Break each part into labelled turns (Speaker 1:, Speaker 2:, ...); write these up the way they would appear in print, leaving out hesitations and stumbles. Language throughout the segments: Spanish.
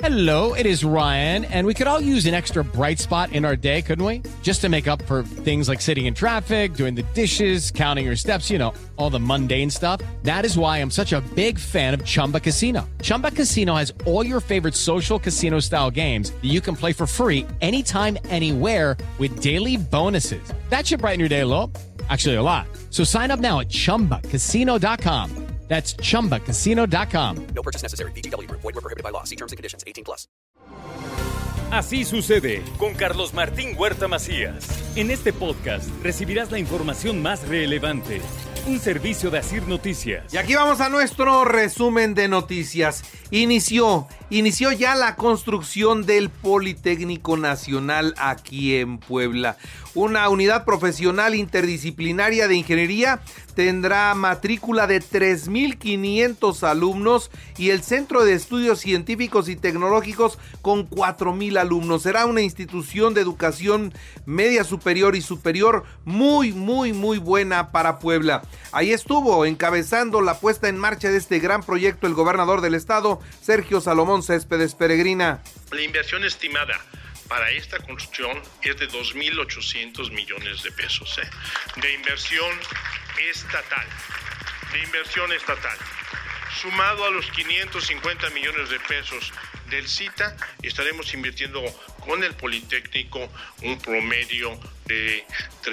Speaker 1: Hello, it is Ryan, and we could all use an extra bright spot in our day, couldn't we? Just to make up for things like sitting in traffic, doing the dishes, counting your steps, you know, all the mundane stuff. That is why I'm such a big fan of Chumba Casino. Chumba Casino has all your favorite social casino-style games that you can play for free anytime, anywhere with daily bonuses. That should brighten your day a little. Actually, a lot. So sign up now at ChumbaCasino.com. That's ChumbaCasino.com.
Speaker 2: No purchase necessary. VGW Group. Void where prohibited by law. See terms and conditions. 18+.
Speaker 3: Así sucede con Carlos Martín Huerta Macías. En este podcast recibirás la información más relevante. Un servicio de Asir Noticias.
Speaker 4: Y aquí vamos a nuestro resumen de noticias. Inició ya la construcción del Politécnico Nacional aquí en Puebla. Una unidad profesional interdisciplinaria de ingeniería tendrá matrícula de 3,500 alumnos y el Centro de Estudios Científicos y Tecnológicos con 4,000 alumnos. Será una institución de educación media superior y superior muy buena para Puebla. Ahí estuvo encabezando la puesta en marcha de este gran proyecto el gobernador del estado, Sergio Salomón Céspedes Peregrina.
Speaker 5: La inversión estimada para esta construcción es de 2,800 millones de pesos, de inversión estatal. Sumado a los 550 millones de pesos del CITA, estaremos invirtiendo con el Politécnico un promedio de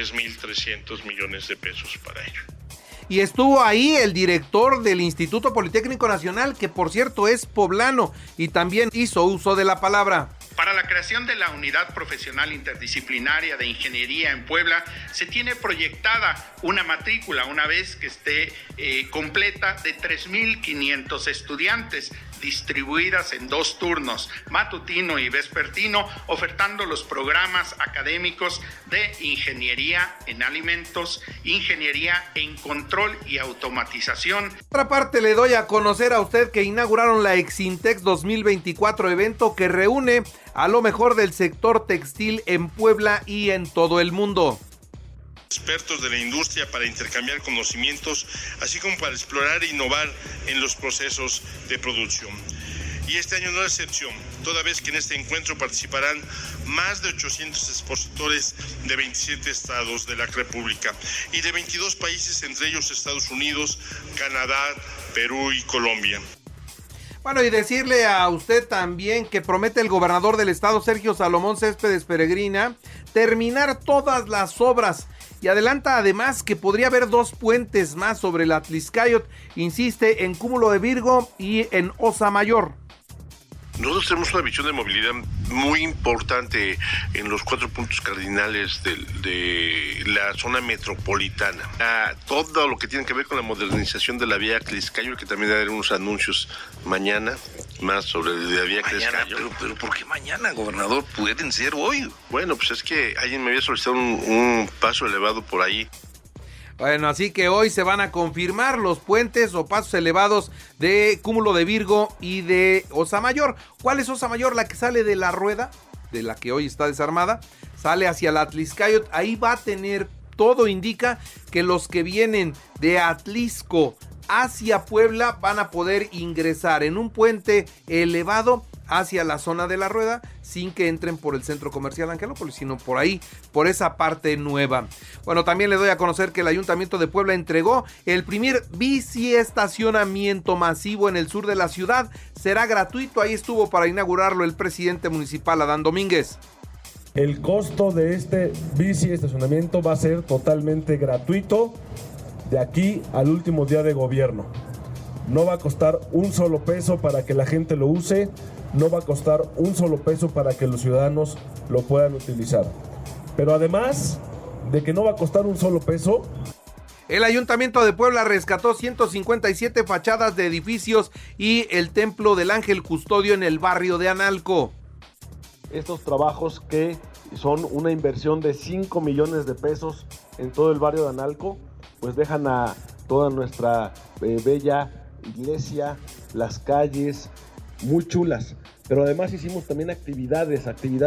Speaker 5: 3,300 millones de pesos para ello.
Speaker 4: Y estuvo ahí el director del Instituto Politécnico Nacional, que por cierto es poblano, y también hizo uso de la palabra.
Speaker 6: Para la creación de la Unidad Profesional Interdisciplinaria de Ingeniería en Puebla, se tiene proyectada una matrícula, una vez que esté completa, de 3,500 estudiantes, distribuidas en 2 turnos, matutino y vespertino, ofertando los programas académicos de Ingeniería en Alimentos, Ingeniería en Control y Automatización.
Speaker 4: Por otra parte, le doy a conocer a usted que inauguraron la Exintex 2024, evento que reúne a lo mejor del sector textil en Puebla y en todo el mundo.
Speaker 5: Expertos de la industria para intercambiar conocimientos, así como para explorar e innovar en los procesos de producción. Y este año no es excepción, toda vez que en este encuentro participarán más de 800 expositores de 27 estados de la República y de 22 países, entre ellos Estados Unidos, Canadá, Perú y Colombia.
Speaker 4: Bueno, y decirle a usted también que promete el gobernador del estado, Sergio Salomón Céspedes Peregrina, terminar todas las obras. Y adelanta además que podría haber 2 puentes más sobre el Atlixcáyotl. Insiste en Cúmulo de Virgo y en Osa Mayor.
Speaker 5: Nosotros tenemos una visión de movilidad muy importante en los 4 puntos cardinales de la zona metropolitana. Todo lo que tiene que ver con la modernización de la vía Atlixcáyotl, que también hay unos anuncios mañana más sobre la vía Atlixcáyotl.
Speaker 7: Pero ¿por qué mañana, gobernador? Pueden ser hoy.
Speaker 5: Bueno, pues es que alguien me había solicitado un paso elevado por ahí.
Speaker 4: Bueno, así que hoy se van a confirmar los puentes o pasos elevados de Cúmulo de Virgo y de Osa Mayor. ¿Cuál es Osa Mayor? La que sale de la rueda, de la que hoy está desarmada, sale hacia el Atlixcáyotl. Ahí va a tener, todo indica que los que vienen de Atlixco hacia Puebla van a poder ingresar en un puente elevado hacia la zona de la rueda sin que entren por el centro comercial Angelópolis, sino por ahí, por esa parte nueva. Bueno, también le doy a conocer que el Ayuntamiento de Puebla entregó el primer biciestacionamiento masivo en el sur de la ciudad. Será gratuito, ahí estuvo para inaugurarlo el presidente municipal Adán Domínguez.
Speaker 8: El costo de este biciestacionamiento va a ser totalmente gratuito de aquí al último día de gobierno. No va a costar un solo peso para que la gente lo use, no va a costar un solo peso para que los ciudadanos lo puedan utilizar. Pero además de que no va a costar un solo peso,
Speaker 4: el Ayuntamiento de Puebla rescató 157 fachadas de edificios y el Templo del Ángel Custodio en el barrio de Analco.
Speaker 9: Estos trabajos, que son una inversión de 5 millones de pesos en todo el barrio de Analco, pues dejan a toda nuestra bella iglesia, las calles muy chulas. Pero además hicimos también actividades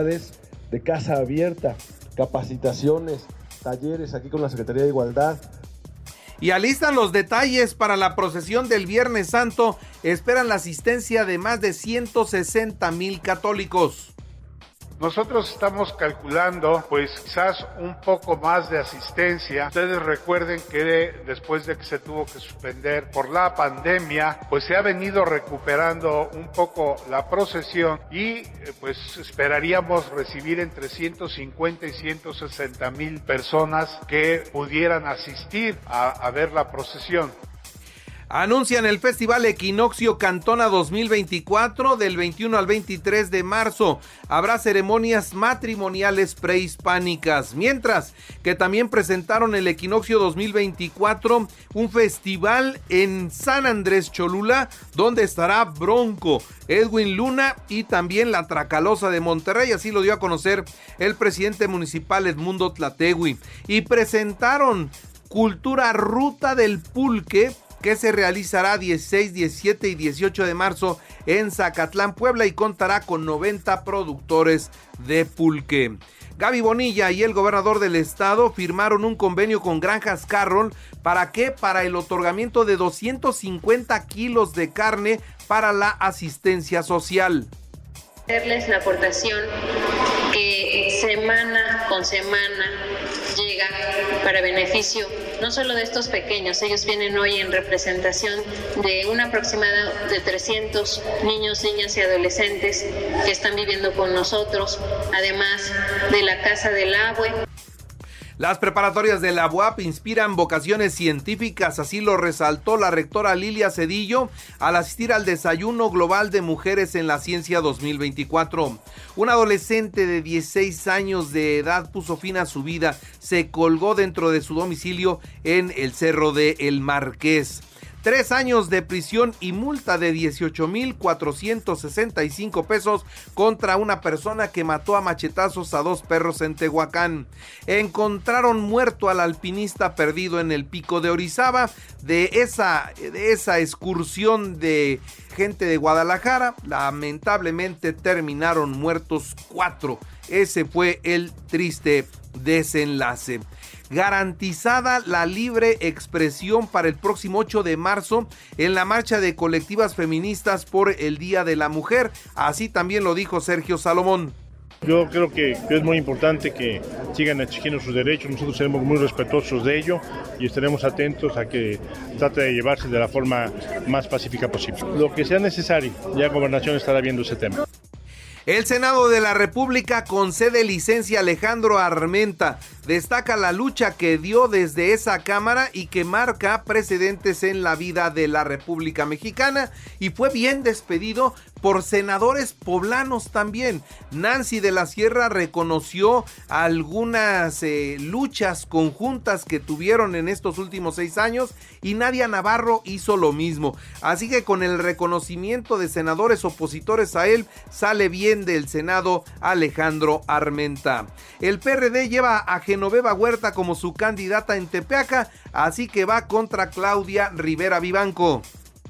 Speaker 9: de casa abierta, capacitaciones, talleres aquí con la Secretaría de Igualdad.
Speaker 4: Y alistan los detalles para la procesión del Viernes Santo. Esperan la asistencia de más de 160,000 católicos.
Speaker 10: Nosotros estamos calculando, pues quizás un poco más de asistencia. Ustedes recuerden que después de que se tuvo que suspender por la pandemia, pues se ha venido recuperando un poco la procesión y pues esperaríamos recibir entre 150 y 160,000 personas que pudieran asistir a ver la procesión.
Speaker 4: Anuncian el Festival Equinoccio Cantona 2024 del 21 al 23 de marzo. Habrá ceremonias matrimoniales prehispánicas. Mientras que también presentaron el Equinoccio 2024, un festival en San Andrés Cholula, donde estará Bronco, Edwin Luna y también la Tracalosa de Monterrey. Así lo dio a conocer el presidente municipal Edmundo Tlategui. Y presentaron Cultura Ruta del Pulque, que se realizará 16, 17 y 18 de marzo en Zacatlán, Puebla, y contará con 90 productores de pulque. Gaby Bonilla y el gobernador del estado firmaron un convenio con Granjas Carroll. ¿Para qué? Para el otorgamiento de 250 kilos de carne para la asistencia social.
Speaker 11: La aportación que semana con semana llega para beneficio no solo de estos pequeños, ellos vienen hoy en representación de un aproximado de 300 niños, niñas y adolescentes que están viviendo con nosotros, además de la Casa del Abue.
Speaker 4: Las preparatorias de la UAP inspiran vocaciones científicas, así lo resaltó la rectora Lilia Cedillo al asistir al Desayuno Global de Mujeres en la Ciencia 2024. Un adolescente de 16 años de edad puso fin a su vida, se colgó dentro de su domicilio en el Cerro de El Marqués. 3 años de prisión y multa de 18,465 pesos contra una persona que mató a machetazos a 2 perros en Tehuacán. Encontraron muerto al alpinista perdido en el Pico de Orizaba de esa excursión de gente de Guadalajara. Lamentablemente terminaron muertos 4. Ese fue el triste desenlace. Garantizada la libre expresión para el próximo 8 de marzo en la marcha de colectivas feministas por el Día de la Mujer. Así también lo dijo Sergio Salomón.
Speaker 12: Yo creo que es muy importante que sigan exigiendo sus derechos. Nosotros seremos muy respetuosos de ello y estaremos atentos a que trate de llevarse de la forma más pacífica posible. Lo que sea necesario, ya Gobernación estará viendo ese tema.
Speaker 4: El Senado de la República concede licencia a Alejandro Armenta. Destaca la lucha que dio desde esa Cámara y que marca precedentes en la vida de la República Mexicana, y fue bien despedido por senadores poblanos también. Nancy de la Sierra reconoció algunas luchas conjuntas que tuvieron en estos últimos 6 años y Nadia Navarro hizo lo mismo. Así que con el reconocimiento de senadores opositores a él, sale bien del Senado Alejandro Armenta. El PRD lleva a Genoveva Huerta como su candidata en Tepeaca, así que va contra Claudia Rivera Vivanco.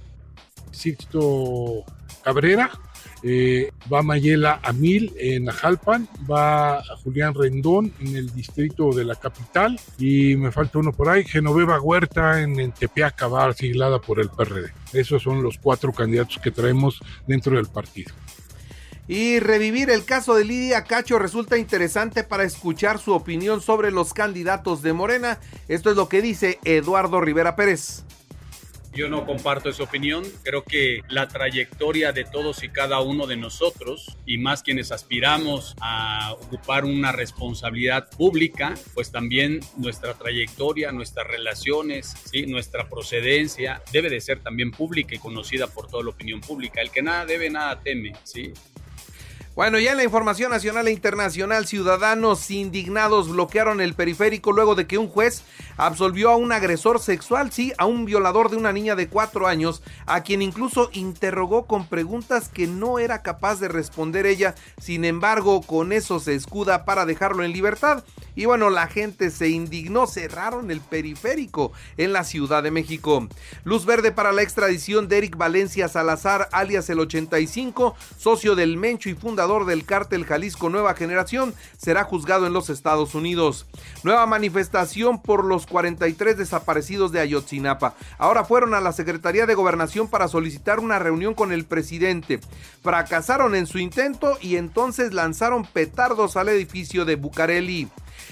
Speaker 13: Sixto Cabrera, va Mayela Amil en Ajalpan, va Julián Rendón en el distrito de la capital y me falta uno por ahí, Genoveva Huerta en Tepeaca, va siglada por el PRD. Esos son los 4 candidatos que traemos dentro del partido.
Speaker 4: Y revivir el caso de Lidia Cacho resulta interesante para escuchar su opinión sobre los candidatos de Morena. Esto es lo que dice Eduardo Rivera Pérez.
Speaker 14: Yo no comparto esa opinión. Creo que la trayectoria de todos y cada uno de nosotros, y más quienes aspiramos a ocupar una responsabilidad pública, pues también nuestra trayectoria, nuestras relaciones, ¿sí?, nuestra procedencia debe de ser también pública y conocida por toda la opinión pública. El que nada debe, nada teme, ¿sí?
Speaker 4: Bueno, ya en la información nacional e internacional, ciudadanos indignados bloquearon el periférico luego de que un juez absolvió a un agresor sexual, sí, a un violador de una niña de 4 años, a quien incluso interrogó con preguntas que no era capaz de responder ella. Sin embargo, con eso se escuda para dejarlo en libertad. Y bueno, la gente se indignó, cerraron el periférico en la Ciudad de México. Luz verde para la extradición de Eric Valencia Salazar, alias el 85, socio del Mencho y fundador fundador del cártel Jalisco Nueva Generación, será juzgado en los Estados Unidos. Nueva manifestación por los 43 desaparecidos de Ayotzinapa. Ahora fueron a la Secretaría de Gobernación para solicitar una reunión con el presidente. Fracasaron en su intento y entonces lanzaron petardos al edificio de Bucareli.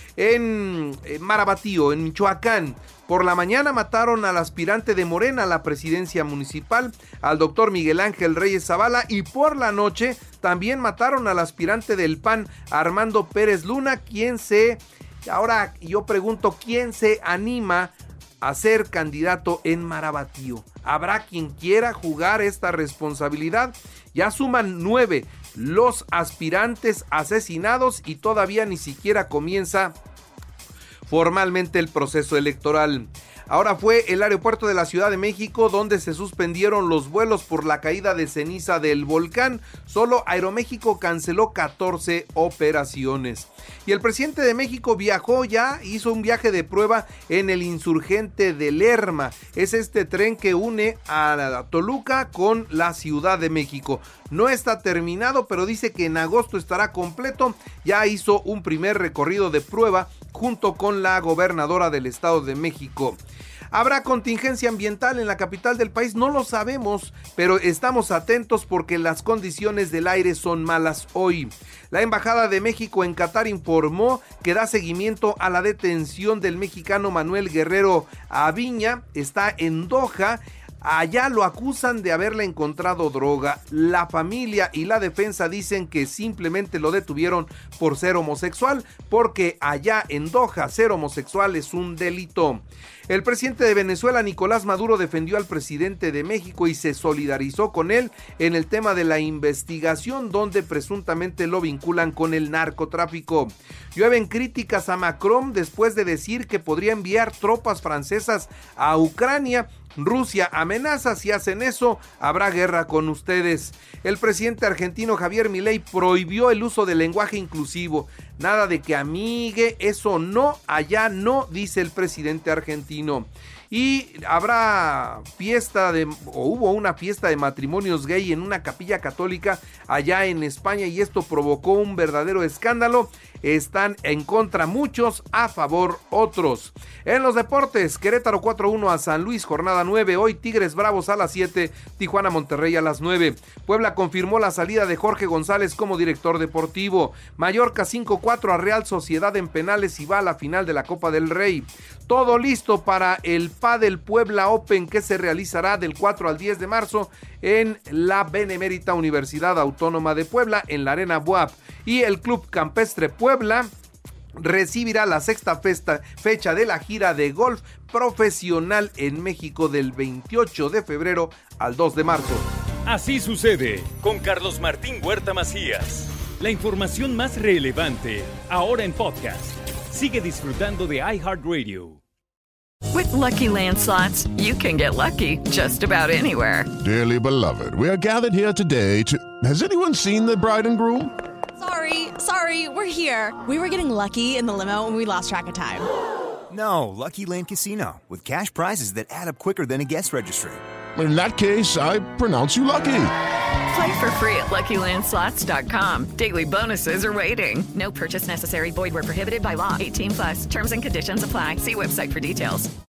Speaker 4: En Marabatío, en Michoacán, por la mañana mataron al aspirante de Morena a la presidencia municipal, al doctor Miguel Ángel Reyes Zavala, y por la noche también mataron al aspirante del PAN, Armando Pérez Luna, ahora yo pregunto, ¿quién se anima a ser candidato en Marabatío? ¿Habrá quien quiera jugar esta responsabilidad? Ya suman 9 los aspirantes asesinados y todavía ni siquiera comienza formalmente el proceso electoral. Ahora fue el aeropuerto de la Ciudad de México donde se suspendieron los vuelos por la caída de ceniza del volcán. Solo Aeroméxico canceló 14 operaciones. Y el presidente de México hizo un viaje de prueba en el Insurgente de Lerma. Es este tren que une a Toluca con la Ciudad de México. No está terminado, pero dice que en agosto estará completo. Ya hizo un primer recorrido de prueba junto con la gobernadora del Estado de México. ¿Habrá contingencia ambiental en la capital del país? No lo sabemos, pero estamos atentos porque las condiciones del aire son malas hoy. La Embajada de México en Qatar informó que da seguimiento a la detención del mexicano Manuel Guerrero Aviña. Está en Doha. Allá lo acusan de haberle encontrado droga. La familia y la defensa dicen que simplemente lo detuvieron por ser homosexual, porque allá en Doha ser homosexual es un delito. El presidente de Venezuela, Nicolás Maduro, defendió al presidente de México y se solidarizó con él en el tema de la investigación donde presuntamente lo vinculan con el narcotráfico. Llueven críticas a Macron después de decir que podría enviar tropas francesas a Ucrania. Rusia amenaza: si hacen eso, habrá guerra con ustedes. El presidente argentino Javier Milei prohibió el uso del lenguaje inclusivo. Nada de que amigue, eso no, allá no, dice el presidente argentino. Y hubo una fiesta de matrimonios gay en una capilla católica allá en España y esto provocó un verdadero escándalo. Están en contra muchos, a favor otros. En los deportes, Querétaro 4-1 a San Luis, jornada 9. Hoy Tigres Bravos a las 7, Tijuana Monterrey a las 9. Puebla confirmó la salida de Jorge González como director deportivo. Mallorca 5-4 a Real Sociedad en penales y va a la final de la Copa del Rey. Todo listo para el Padel Puebla Open que se realizará del 4 al 10 de marzo en la Benemérita Universidad Autónoma de Puebla en la Arena Buap. Y el Club Campestre Puebla recibirá la sexta fecha de la gira de golf profesional en México del 28 de febrero al 2 de marzo.
Speaker 3: Así sucede con Carlos Martín Huerta Macías. La información más relevante ahora en podcast. Sigue disfrutando de iHeartRadio.
Speaker 15: With Lucky Land Slots, you can get lucky just about anywhere.
Speaker 16: Dearly beloved, we are gathered here today to... Has anyone seen the bride and groom?
Speaker 17: Sorry, we're here. We were getting lucky in the limo and we lost track of time.
Speaker 18: No, Lucky Land Casino, with cash prizes that add up quicker than a guest registry.
Speaker 16: In that case, I pronounce you lucky.
Speaker 15: Play for free at LuckyLandSlots.com. Daily bonuses are waiting. No purchase necessary. Void where prohibited by law. 18+. Terms and conditions apply. See website for details.